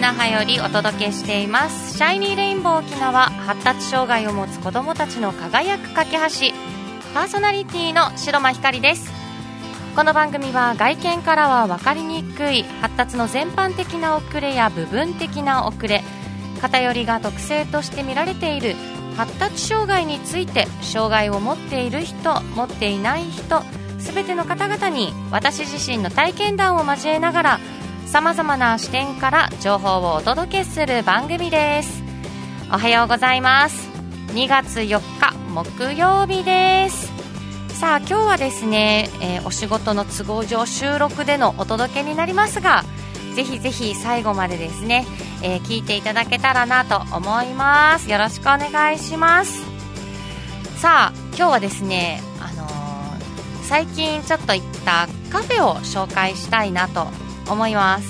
那覇よりお届けしていますシャイニーレインボー沖縄、発達障害を持つ子どもたちの輝く架け橋、パーソナリティの白間ひかりです。この番組は外見からは分かりにくい発達の全般的な遅れや部分的な遅れ、偏りが特性として見られている発達障害について、障害を持っている人、持っていない人、すべての方々に私自身の体験談を交えながらさまざまな視点から情報をお届けする番組です。おはようございます。2月4日木曜日です。さあ今日はですね、お仕事の都合上収録でのお届けになりますが、ぜひぜひ最後までですね、聞いていただけたらなと思います。よろしくお願いします。さあ今日はですね、最近ちょっと行ったカフェを紹介したいなと思います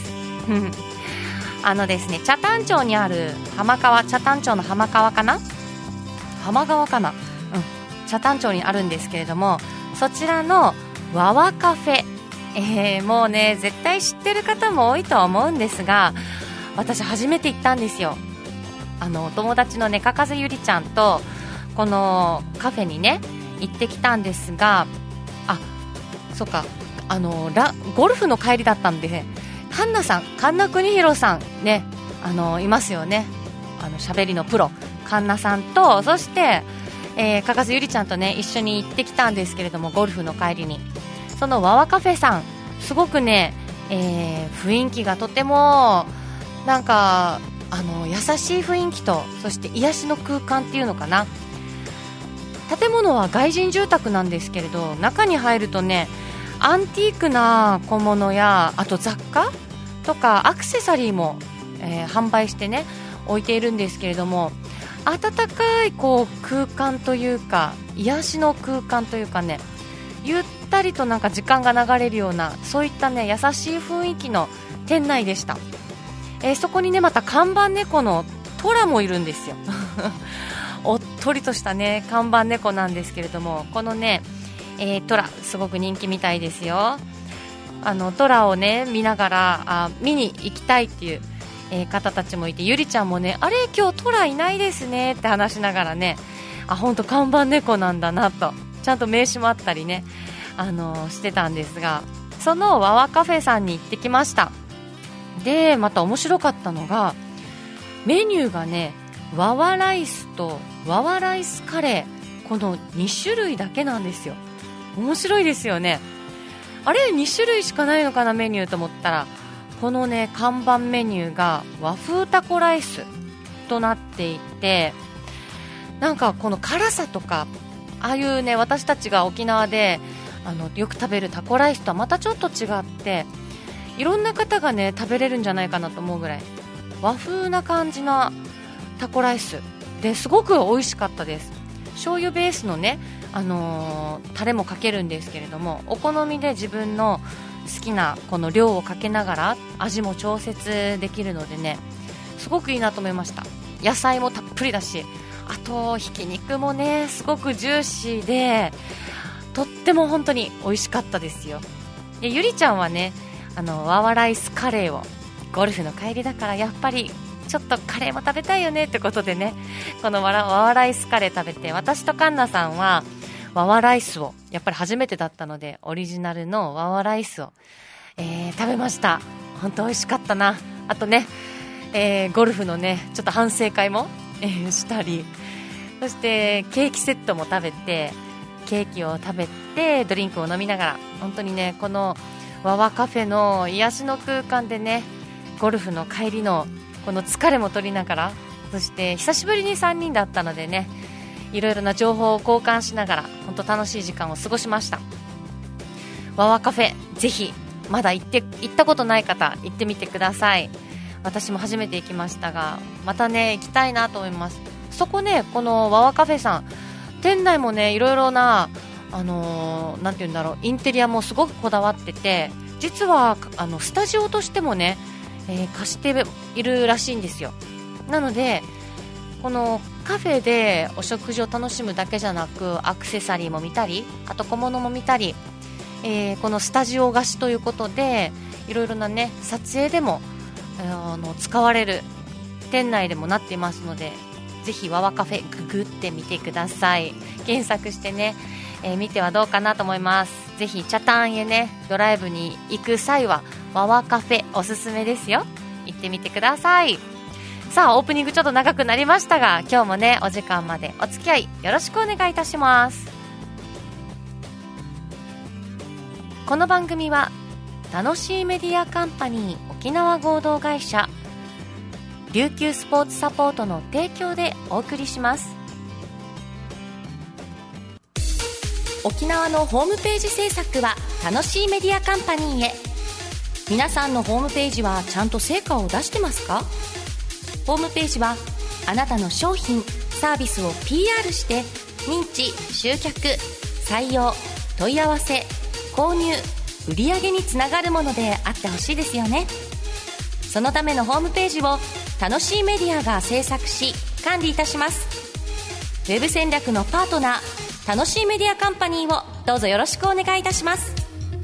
ですね、北谷町にある浜川、北谷町の浜川かな、浜川かな、北谷町にあるんですけれども、そちらのわわカフェ、もうね絶対知ってる方も多いとは思うんですが、私初めて行ったんですよ。お友達のねかかずゆりちゃんとこのカフェにね行ってきたんですが、そうか、ゴルフの帰りだったんで、ね、カンナさん、神田邦弘さんね、いますよね、喋りのプロカンナさんと、そして、かかずゆりちゃんとね一緒に行ってきたんですけれども、ゴルフの帰りにそのわわカフェさん、すごくね、雰囲気がとてもなんか優しい雰囲気と、そして癒しの空間っていうのかな。建物は外人住宅なんですけれど、中に入るとねアンティークな小物や、あと雑貨とかアクセサリーも、販売してね置いているんですけれども、温かいこう空間というか、癒しの空間というかね、ゆったりとなんか時間が流れるような、そういったね優しい雰囲気の店内でした。そこにねまた看板猫のトラもいるんですよおっとりとしたね看板猫なんですけれども、このね、トラすごく人気みたいですよ。トラをね見ながら見に行きたいっていう、方たちもいて、ゆりちゃんもね、あれ今日トラいないですねって話しながらね、本当看板猫なんだなと、ちゃんと名刺もあったりね、してたんですが、そのわわカフェさんに行ってきました。でまた面白かったのが、メニューがねわわライスとわわライスカレー、この2種類だけなんですよ。面白いですよね。あれ2種類しかないのかなメニューと思ったら、このね看板メニューが和風タコライスとなっていて、なんかこの辛さとか、ああいうね私たちが沖縄でよく食べるタコライスとはまたちょっと違って、いろんな方がね食べれるんじゃないかなと思うぐらい和風な感じなタコライスですごく美味しかったです。醤油ベースのね、タレもかけるんですけれども、お好みで自分の好きなこの量をかけながら味も調節できるのでね、すごくいいなと思いました。野菜もたっぷりだし、あとひき肉もねすごくジューシーで、とっても本当に美味しかったですよ。でゆりちゃんはねわわライスカレーを、ゴルフの帰りだからやっぱりちょっとカレーも食べたいよねってことでね、このわわライスカレー食べて、私とカンナさんはわわライスをやっぱり初めてだったので、オリジナルのわわライスを、食べました。本当美味しかったな。あとね、ゴルフのねちょっと反省会も、したり、そしてケーキセットも食べて、ケーキを食べてドリンクを飲みながら、本当にねこのわわカフェの癒しの空間でね、ゴルフの帰りのこの疲れも取りながら、そして久しぶりに3人だったのでね、いろいろな情報を交換しながら本当楽しい時間を過ごしました。わわカフェ、ぜひまだ行ったことない方行ってみてください。私も初めて行きましたが、またね行きたいなと思います。そこね、このわわカフェさん、店内もねいろいろななんていうんだろう、インテリアもすごくこだわってて、実はスタジオとしてもね、貸しているらしいんですよ。なのでこのカフェでお食事を楽しむだけじゃなく、アクセサリーも見たり、あと小物も見たり、このスタジオ貸しということで、いろいろなね撮影でも使われる店内でもなっていますので、ぜひワワカフェググってみてください。検索してね、見てはどうかなと思います。ぜひ北谷へねドライブに行く際はワワカフェおすすめですよ。行ってみてください。さあオープニングちょっと長くなりましたが、今日もねお時間までお付き合いよろしくお願いいたします。この番組は楽しいメディアカンパニー沖縄合同会社琉球スポーツサポートの提供でお送りします。沖縄のホームページ制作は楽しいメディアカンパニーへ。皆さんのホームページはちゃんと成果を出してますか？ホームページはあなたの商品サービスを PR して認知、集客、採用、問い合わせ、購入、売上につながるものであってほしいですよね。そのためのホームページを楽しいメディアが制作し管理いたします。ウェブ戦略のパートナー楽しいメディアカンパニーをどうぞよろしくお願いいたします。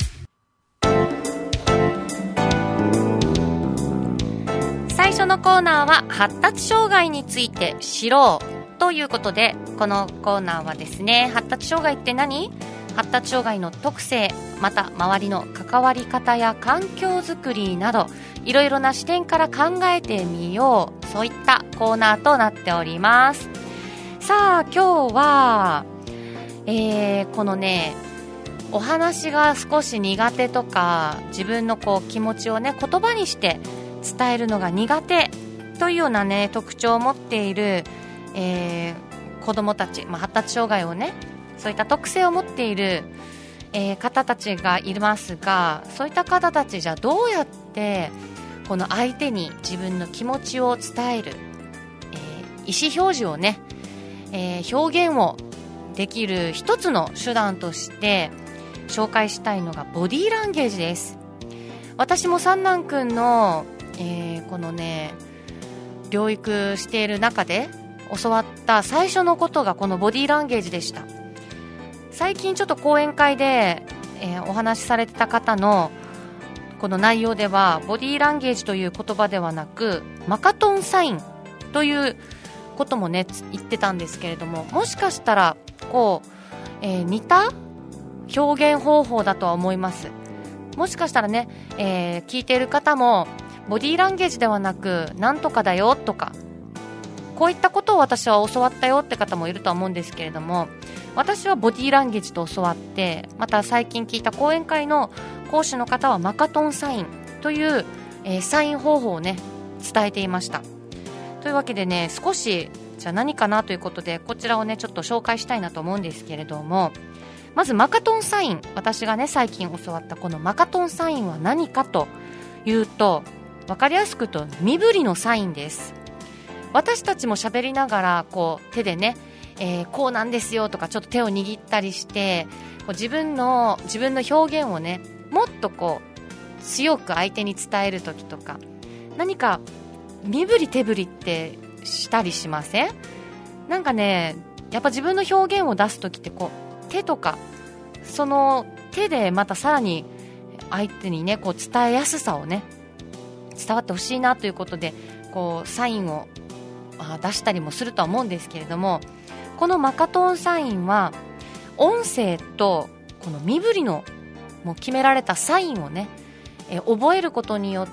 最初のコーナーは発達障害について知ろうということで、このコーナーはですね、発達障害って何？発達障害の特性、また周りの関わり方や環境づくりなどいろいろな視点から考えてみよう、そういったコーナーとなっております。さあ今日は、このねお話が少し苦手とか自分のこう気持ちをね言葉にして伝えるのが苦手というようなね特徴を持っている、子どもたち、発達障害をねそういった特性を持っている、方たちがいますが、そういった方たちじゃどうやってこの相手に自分の気持ちを伝える、意思表示をね、表現をできる一つの手段として紹介したいのがボディーランゲージです。私も三男くんの、このね療育している中で教わった最初のことがこのボディーランゲージでした。最近ちょっと講演会で、お話しされてた方のこの内容ではボディーランゲージという言葉ではなくマカトンサインということもね言ってたんですけれども、もしかしたらこう、似た表現方法だとは思います。もしかしたらね、聞いている方もボディーランゲージではなくなんとかだよとかこういったことを私は教わったよって方もいるとは思うんですけれども、私はボディーランゲージと教わって、また最近聞いた講演会の講師の方はマカトンサインという、サイン方法をね伝えていました。というわけでね、少しじゃあ何かなということでこちらをねちょっと紹介したいなと思うんですけれども、まずマカトンサイン、私がね最近教わったこのマカトンサインは何かというと、分かりやすく言うと身振りのサインです。私たちも喋りながらこう手でね、こうなんですよとかちょっと手を握ったりしてこう自分の表現をねもっとこう強く相手に伝えるときとか、何か身振り手振りってしたりしません？なんかねやっぱ自分の表現を出すときってこう手とかその手でまたさらに相手にねこう伝えやすさをね伝わってほしいなということでこうサインを出したりもするとは思うんですけれども、このマカトンサインは音声とこの身振りのもう決められたサインをね、覚えることによって、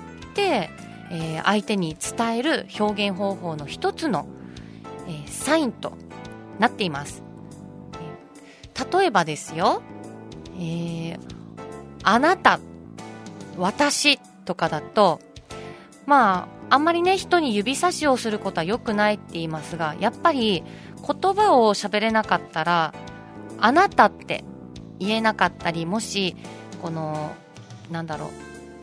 相手に伝える表現方法の一つの、サインとなっています。例えばですよ、あなた、私とかだとあんまりね人に指差しをすることは良くないって言いますが、やっぱり言葉を喋れなかったらあなたって言えなかったり、もしこのなんだろう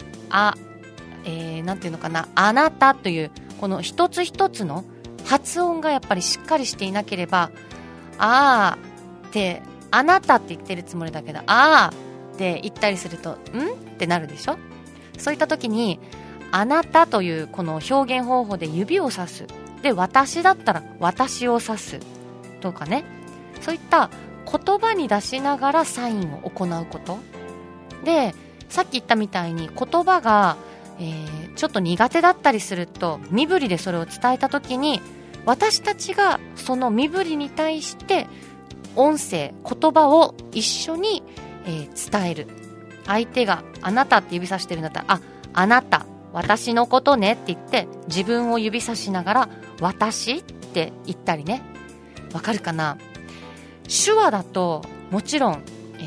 なんていうのかな、あなたというこの一つ一つの発音がやっぱりしっかりしていなければ、あーってあなたって言ってるつもりだけどあーって言ったりするとんってなるでしょ。そういった時にあなたというこの表現方法で指をさす、で私だったら私を指すとかね、そういった言葉に出しながらサインを行うことで、さっき言ったみたいに言葉がちょっと苦手だったりすると、身振りでそれを伝えたときに、私たちがその身振りに対して音声、言葉を一緒に、伝える。相手があなたって指さしてるんだったら、あなた、私のことねって言って自分を指さしながら私って言ったりね。わかるかな？手話だともちろん、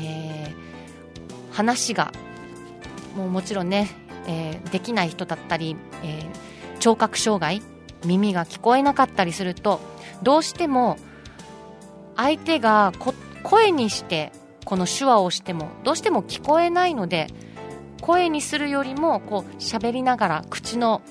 話がもちろんね、できない人だったり、聴覚障害、耳が聞こえなかったりすると、どうしても相手が声にしてこの手話をしてもどうしても聞こえないので、声にするよりもこう喋りながら口の、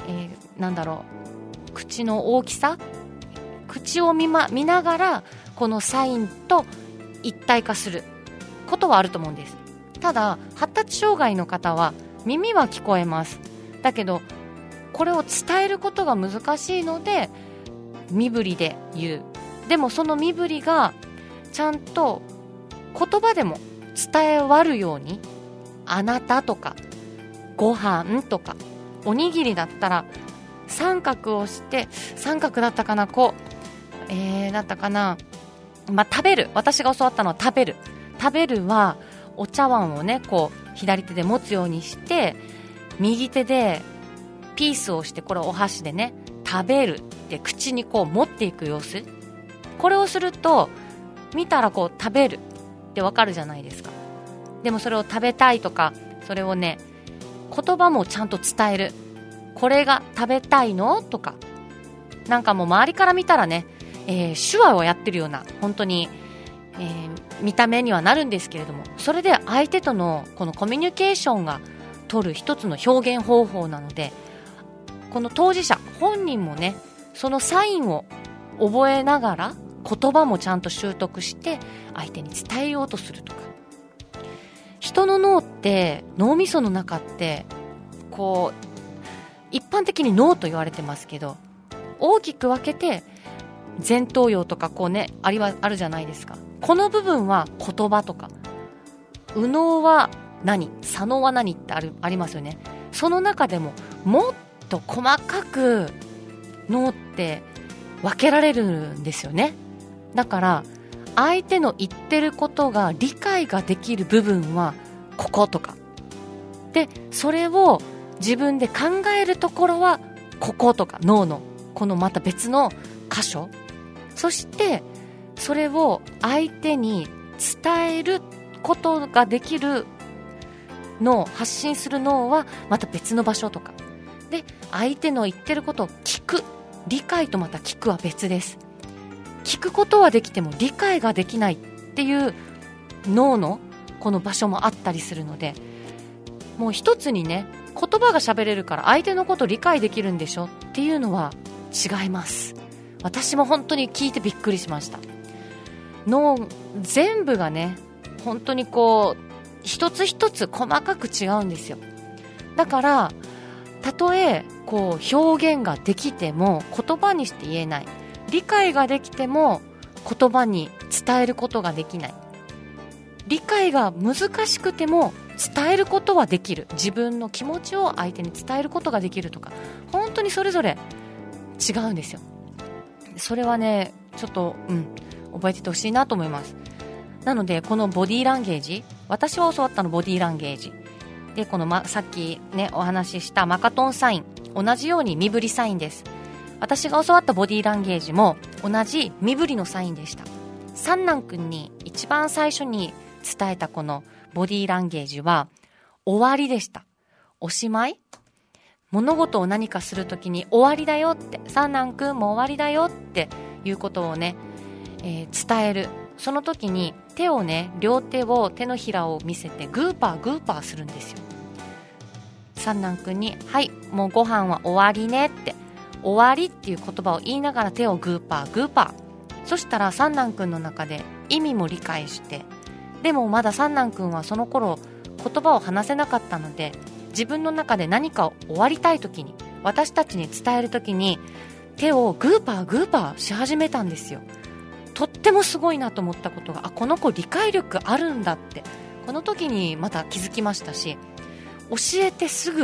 口の大きさ、口を見ながらこのサインと一体化することはあると思うんです。ただ発達障害の方は耳は聞こえます。だけどこれを伝えることが難しいので身振りで言う。でもその身振りがちゃんと言葉でも伝えわるように、あなたとかご飯とかおにぎりだったら三角をして、三角だったかな、だったかな、食べる、私が教わったのは食べるはお茶碗をねこう左手で持つようにして、右手でピースをして、これお箸でね食べるって口にこう持っていく様子、これをすると見たらこう食べるってわかるじゃないですか。でもそれを食べたいとか、それをね言葉もちゃんと伝える。これが食べたいのとか、なんかもう周りから見たらね、手話をやってるような本当に、見た目にはなるんですけれども、それで相手とのこのコミュニケーションが取る一つの表現方法なので、この当事者本人もねそのサインを覚えながら言葉もちゃんと習得して相手に伝えようとするとか。人の脳って脳みその中ってこう一般的に脳と言われてますけど、大きく分けて前頭葉とかこうねあるじゃないですか。この部分は言葉とか、右脳は何、左脳は何ってありますよね。その中でももっと細かく脳って分けられるんですよね。だから相手の言ってることが理解ができる部分はこことかで、それを自分で考えるところはこことか、脳のこのまた別の箇所、そしてそれを相手に伝えることができる脳、発信する脳はまた別の場所とかで、相手の言ってることを聞く、理解とまた聞くは別です。聞くことはできても理解ができないっていう脳のこの場所もあったりするので、もう一つにね言葉が喋れるから相手のこと理解できるんでしょっていうのは違います。私も本当に聞いてびっくりしました。脳全部がね本当にこう一つ一つ細かく違うんですよ。だからたとえこう表現ができても言葉にして言えない、理解ができても言葉に伝えることができない、理解が難しくても伝えることはできる、自分の気持ちを相手に伝えることができるとか、本当にそれぞれ違うんですよ。それはねちょっと覚えててほしいなと思います。なのでこのボディーランゲージ、私は教わったのボディーランゲージで、この、さっきねお話ししたマカトンサイン、同じように身振りサインです。私が教わったボディーランゲージも同じ身振りのサインでした。三男くんに一番最初に伝えたこのボディーランゲージは終わりでした。おしまい、物事を何かするときに終わりだよって、三男くんも終わりだよっていうことをね、伝える。その時に手をね、両手を手のひらを見せてグーパーグーパーするんですよ。三男くんにはいもうご飯は終わりねって、終わりっていう言葉を言いながら手をグーパーグーパー。そしたら三男くんの中で意味も理解して、でもまだ三男くんはその頃言葉を話せなかったので、自分の中で何かを終わりたい時に、私たちに伝える時に手をグーパーグーパーし始めたんですよ。とってもすごいなと思ったことが、この子理解力あるんだってこの時にまた気づきましたし、教えてすぐ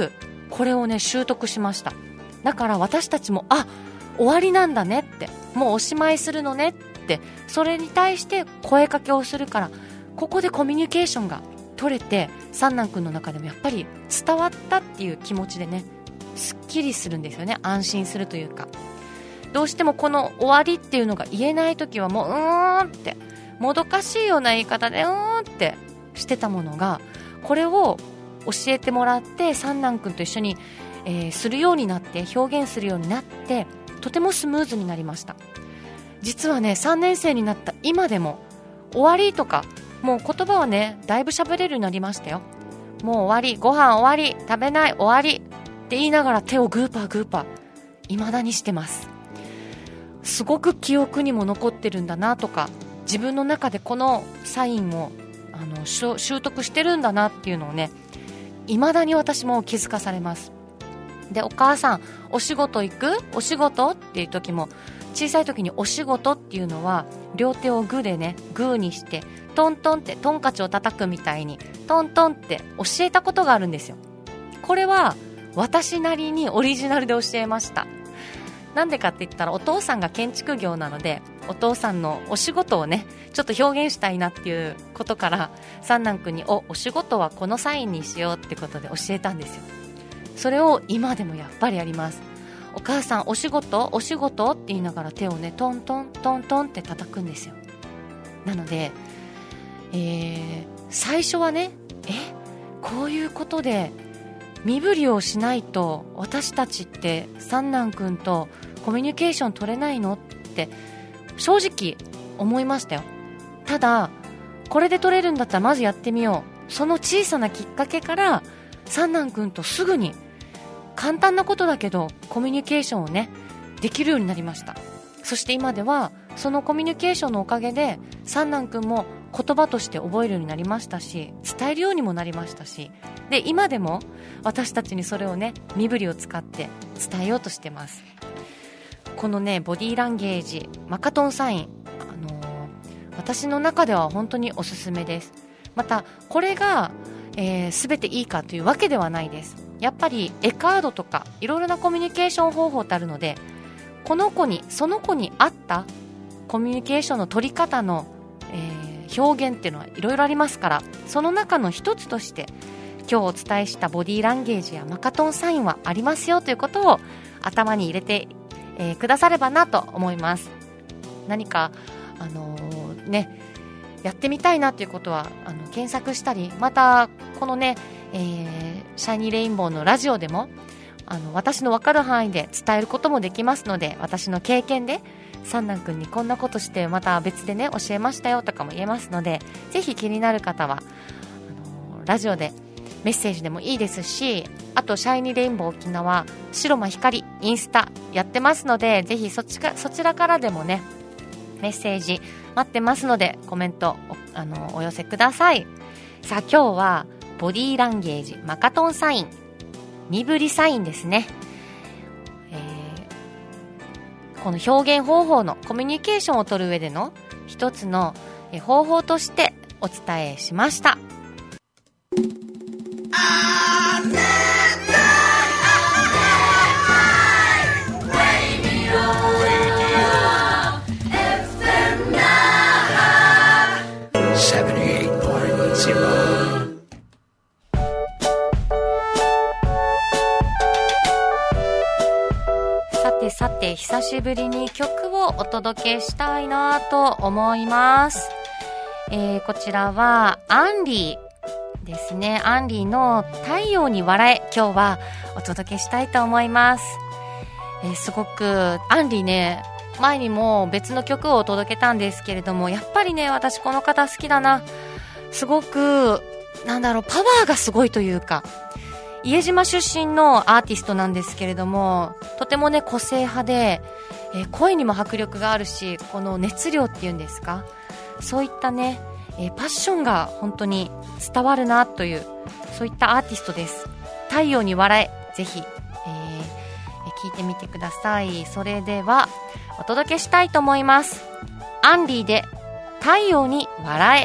これをね習得しました。だから私たちも終わりなんだねって、もうおしまいするのねって、それに対して声かけをするから、ここでコミュニケーションが取れて、三男くんの中でもやっぱり伝わったっていう気持ちでね、すっきりするんですよね。安心するというか、どうしてもこの終わりっていうのが言えないときは、もうってもどかしいような言い方でってしてたものが、これを教えてもらって三男くんと一緒に、するようになって、表現するようになって、とてもスムーズになりました。実はね、3年生になった今でも終わりとか、もう言葉はねだいぶ喋れるようになりましたよ。もう終わり、ご飯終わり、食べない、終わりって言いながら手をグーパーグーパー未だにしてます。すごく記憶にも残ってるんだなとか、自分の中でこのサインを習得してるんだなっていうのをね、未だに私も気づかされます。で、お母さんお仕事行く？お仕事っていう時も、小さい時にお仕事っていうのは両手をグーでね、グーにしてトントンってトンカチを叩くみたいにトントンって教えたことがあるんですよ。これは私なりにオリジナルで教えました。なんでかって言ったら、お父さんが建築業なので、お父さんのお仕事をねちょっと表現したいなっていうことから、三男くんにお仕事はこのサインにしようってことで教えたんですよ。それを今でもやっぱりやります。お母さんお仕事お仕事って言いながら手をねトントントントンって叩くんですよ。なので、最初はね、こういうことで身振りをしないと私たちって三男くんとコミュニケーション取れないのって正直思いましたよ。ただこれで取れるんだったらまずやってみよう。その小さなきっかけから三男くんとすぐに簡単なことだけどコミュニケーションをねできるようになりました。そして今ではそのコミュニケーションのおかげで三男くんも言葉として覚えるようになりましたし、伝えるようにもなりましたし、で今でも私たちにそれをね身振りを使って伝えようとしてます。このねボディーランゲージマカトンサイン、私の中では本当におすすめです。またこれが、全ていいかというわけではないです。やっぱり絵カードとかいろいろなコミュニケーション方法ってあるので、この子にその子に合ったコミュニケーションの取り方の、表現っていうのはいろいろありますから、その中の一つとして今日お伝えしたボディーランゲージやマカトンサインはありますよということを頭に入れて、くださればなと思います。何かやってみたいなということは検索したり、またこのね、シャイニーレインボーのラジオでも私の分かる範囲で伝えることもできますので、私の経験で三男くんにこんなことしてまた別でね教えましたよとかも言えますので、ぜひ気になる方はラジオでメッセージでもいいですし、あとシャイニーレインボー沖縄白間光インスタやってますので、ぜひそちらからでもねメッセージ待ってますので、コメント お寄せください。さあ今日はボディーランゲージマカトンサイン、身振りサインですね、この表現方法のコミュニケーションを取る上での一つの方法としてお伝えしました。さて久しぶりに曲をお届けしたいなと思います。こちらはアンリーですね。アンリーの太陽に笑え、今日はお届けしたいと思います。すごくアンリーね、前にも別の曲をお届けたんですけれども、やっぱりね私この方好きだな。すごくパワーがすごいというか、家島出身のアーティストなんですけれども、とてもね個性派で、声にも迫力があるし、この熱量っていうんですか、そういったね、パッションが本当に伝わるなという、そういったアーティストです。太陽に笑え、ぜひ、聞いてみてください。それではお届けしたいと思います。アンリーで太陽に笑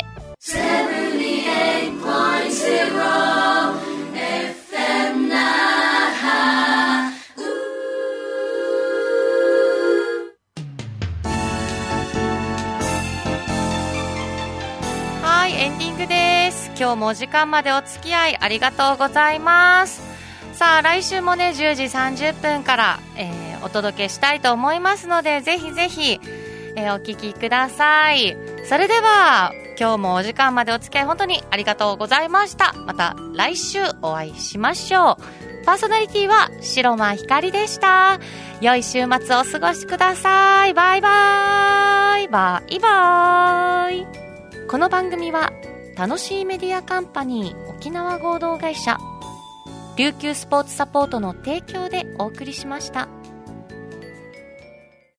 え。78.0 FM 那エンディングです。今日もお時間までお付き合いありがとうございます。さあ来週もね10時30分から、お届けしたいと思いますので、ぜひぜひ、お聞きください。それでは今日もお時間までお付き合い本当にありがとうございました。また来週お会いしましょう。パーソナリティは白間ひかりでした。良い週末をお過ごしください。バイバイバイバイ。この番組は楽しいメディアカンパニー沖縄合同会社琉球スポーツサポートの提供でお送りしました。